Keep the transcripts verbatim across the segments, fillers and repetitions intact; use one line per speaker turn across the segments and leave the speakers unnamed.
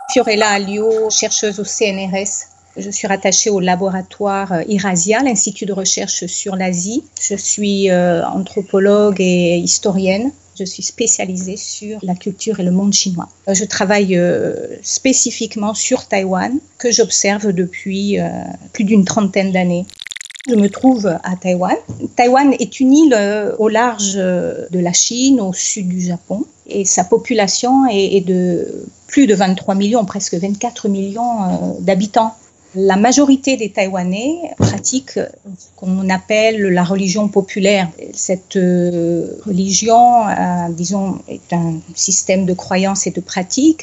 Fiorella Alliot, chercheuse au C N R S. Je suis rattachée au laboratoire IRASIA, l'Institut de recherche sur l'Asie. Je suis euh, anthropologue et historienne. Je suis spécialisée sur la culture et le monde chinois. Je travaille euh, spécifiquement sur Taïwan, que j'observe depuis euh, plus d'une trentaine d'années. Je me trouve à Taïwan. Taïwan est une île euh, au large euh, de la Chine, au sud du Japon, et sa population est, est de plus de vingt-trois millions, presque vingt-quatre millions euh, d'habitants. La majorité des Taïwanais pratiquent ce qu'on appelle la religion populaire. Cette euh, religion, euh, disons, est un système de croyances et de pratiques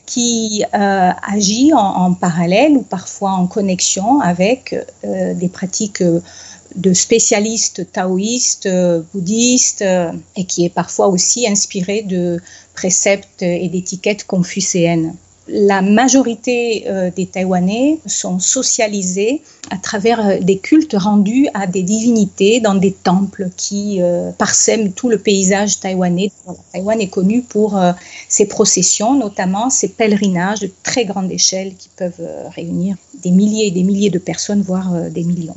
qui euh, agit en, en parallèle ou parfois en connexion avec euh, des pratiques de spécialistes taoïstes, bouddhistes, et qui est parfois aussi inspiré de préceptes et d'étiquettes confucéennes. La majorité euh, des Taïwanais sont socialisés à travers des cultes rendus à des divinités dans des temples qui euh, parsèment tout le paysage taïwanais. Taïwan est connu pour euh, ses processions, notamment ses pèlerinages de très grande échelle qui peuvent euh, réunir des milliers et des milliers de personnes, voire euh, des millions.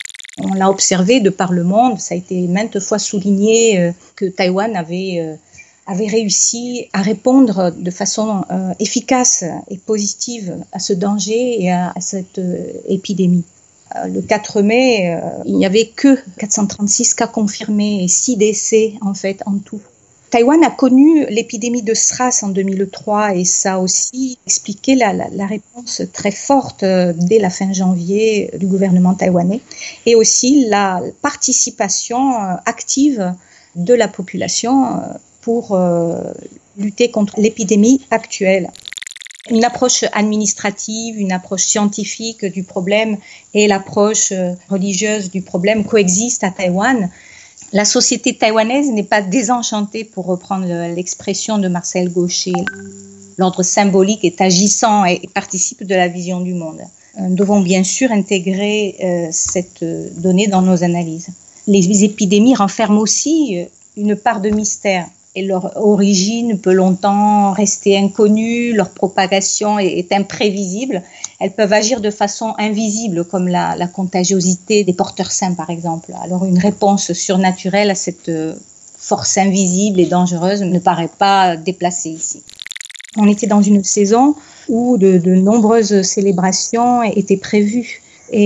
On l'a observé de par le monde, ça a été maintes fois souligné euh, que Taïwan avait... Euh, avait réussi à répondre de façon euh, efficace et positive à ce danger et à, à cette euh, épidémie. Euh, le quatre mai, euh, il n'y avait que quatre cent trente-six cas confirmés et six décès en fait en tout. Taïwan a connu l'épidémie de SRAS en deux mille trois et ça a aussi expliqué la, la, la réponse très forte euh, dès la fin janvier du gouvernement taïwanais et aussi la participation euh, active de la population euh, pour euh, lutter contre l'épidémie actuelle. Une approche administrative, une approche scientifique du problème et l'approche euh, religieuse du problème coexistent à Taïwan. La société taïwanaise n'est pas désenchantée, pour reprendre l'expression de Marcel Gaucher. L'ordre symbolique est agissant et participe de la vision du monde. Nous devons bien sûr intégrer euh, cette donnée dans nos analyses. Les épidémies renferment aussi une part de mystère. Et leur origine peut longtemps rester inconnue, leur propagation est, est imprévisible. Elles peuvent agir de façon invisible, comme la, la contagiosité des porteurs sains, par exemple. Alors une réponse surnaturelle à cette force invisible et dangereuse ne paraît pas déplacée ici. On était dans une saison où de, de nombreuses célébrations étaient prévues.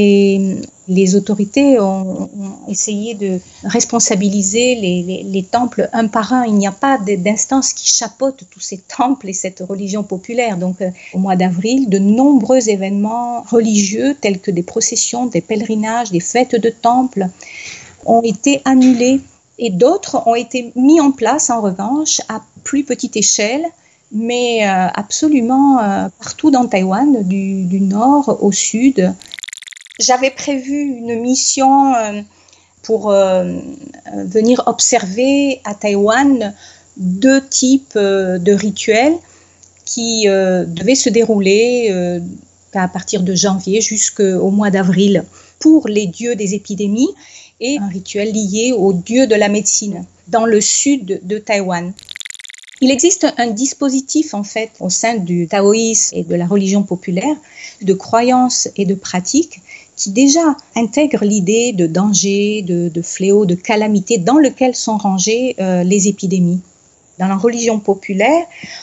Et les autorités ont, ont essayé de responsabiliser les, les, les temples un par un. Il n'y a pas d'instance qui chapeaute tous ces temples et cette religion populaire. Donc, euh, au mois d'avril, de nombreux événements religieux tels que des processions, des pèlerinages, des fêtes de temples ont été annulés. Et d'autres ont été mis en place, en revanche, à plus petite échelle, mais euh, absolument euh, partout dans Taïwan, du, du nord au sud. J'avais prévu une mission euh, pour euh, venir observer à Taïwan deux types euh, de rituels qui euh, devaient se dérouler euh, à partir de janvier jusqu'au mois d'avril pour les dieux des épidémies et un rituel lié aux dieux de la médecine dans le sud de Taïwan. Il existe un dispositif en fait au sein du taoïsme et de la religion populaire de croyances et de pratiques qui déjà intègre l'idée de danger, de, de fléau, de calamité dans lequel sont rangées euh, les épidémies. Dans la religion populaire,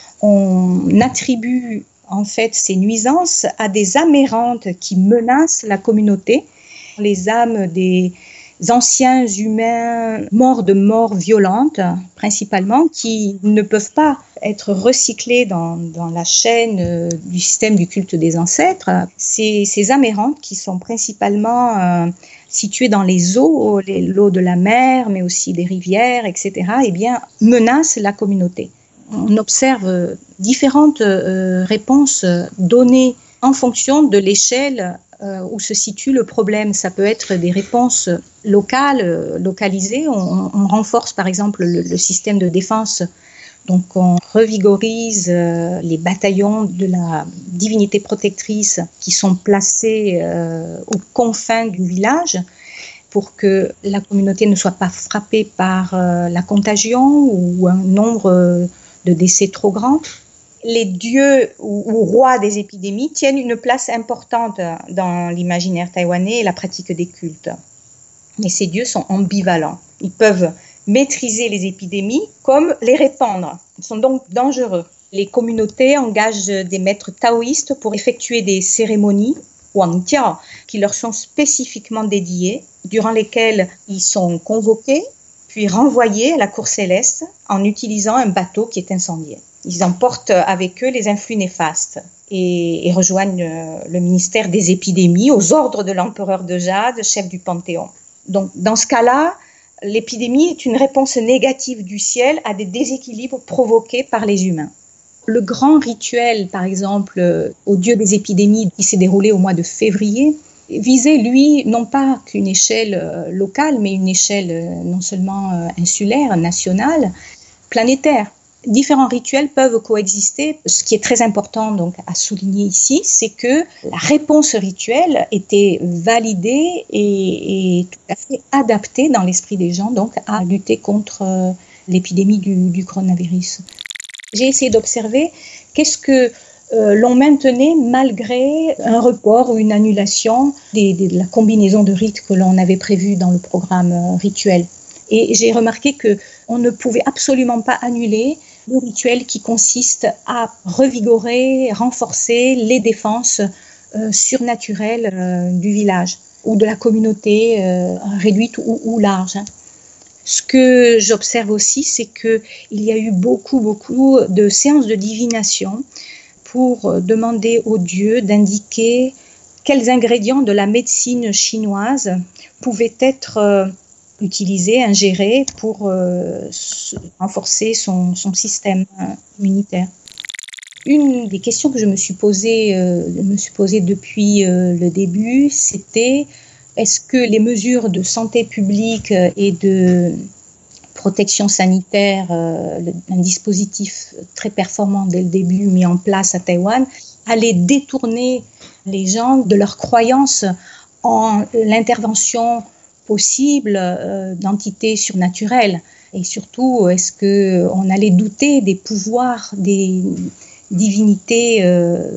on attribue en fait ces nuisances à des âmes errantes qui menacent la communauté, les âmes des anciens humains morts de mort violente, principalement, qui ne peuvent pas être recyclés dans, dans la chaîne euh, du système du culte des ancêtres. Ces, ces âmes errantes qui sont principalement euh, situées dans les eaux, les, l'eau de la mer, mais aussi des rivières, et cetera, eh bien, menacent la communauté. On observe différentes euh, réponses données en fonction de l'échelle où se situe le problème. Ça peut être des réponses locales, localisées. On, on renforce par exemple le, le système de défense. Donc on revigorise euh, les bataillons de la divinité protectrice qui sont placés euh, aux confins du village pour que la communauté ne soit pas frappée par euh, la contagion ou un nombre de décès trop grand. Les dieux ou, ou rois des épidémies tiennent une place importante dans l'imaginaire taïwanais et la pratique des cultes. Mais ces dieux sont ambivalents. Ils peuvent maîtriser les épidémies comme les répandre. Ils sont donc dangereux. Les communautés engagent des maîtres taoïstes pour effectuer des cérémonies Wangjiao qui leur sont spécifiquement dédiées, durant lesquelles ils sont convoqués puis renvoyés à la cour céleste en utilisant un bateau qui est incendié. Ils emportent avec eux les influx néfastes et, et rejoignent le ministère des épidémies aux ordres de l'empereur de Jade, chef du Panthéon. Donc, dans ce cas-là, l'épidémie est une réponse négative du ciel à des déséquilibres provoqués par les humains. Le grand rituel, par exemple, au dieu des épidémies qui s'est déroulé au mois de février, visait, lui, non pas qu'une échelle locale, mais une échelle non seulement insulaire, nationale, planétaire. Différents rituels peuvent coexister. Ce qui est très important donc à souligner ici, c'est que la réponse rituelle était validée et, et tout à fait adaptée dans l'esprit des gens donc à lutter contre l'épidémie du, du coronavirus. J'ai essayé d'observer qu'est-ce que euh, l'on maintenait malgré un report ou une annulation des, des, de la combinaison de rites que l'on avait prévu dans le programme euh, rituel. Et j'ai remarqué qu'on ne pouvait absolument pas annuler le rituel qui consiste à revigorer, renforcer les défenses euh, surnaturelles euh, du village ou de la communauté euh, réduite ou, ou large. Ce que j'observe aussi, c'est qu'il y a eu beaucoup, beaucoup de séances de divination pour demander aux dieux d'indiquer quels ingrédients de la médecine chinoise pouvaient être utilisés, ingérés pour euh, renforcer son, son système immunitaire. Une des questions que je me suis posée, euh, me suis posée depuis euh, le début, c'était est-ce que les mesures de santé publique et de protection sanitaire, euh, un dispositif très performant dès le début mis en place à Taïwan, allaient détourner les gens de leurs croyances en l'intervention possible euh, d'entités surnaturelles. Et surtout, est-ce qu'on allait douter des pouvoirs des divinités euh,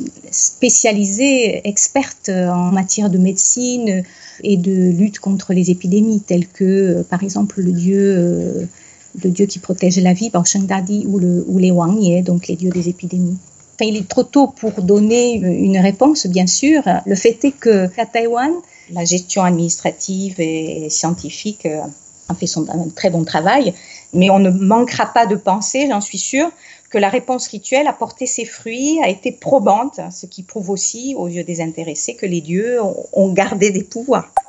spécialisées, expertes en matière de médecine et de lutte contre les épidémies, telles que, euh, par exemple, le dieu, euh, le dieu qui protège la vie, Bao Sheng Dadi, ou, le, ou les Wangye, donc les dieux des épidémies. Enfin, il est trop tôt pour donner une réponse, bien sûr. Le fait est qu'à Taïwan, la gestion administrative et scientifique a fait son, un très bon travail, mais on ne manquera pas de penser, j'en suis sûre, que la réponse rituelle a porté ses fruits, a été probante, ce qui prouve aussi aux yeux des intéressés que les dieux ont gardé des pouvoirs.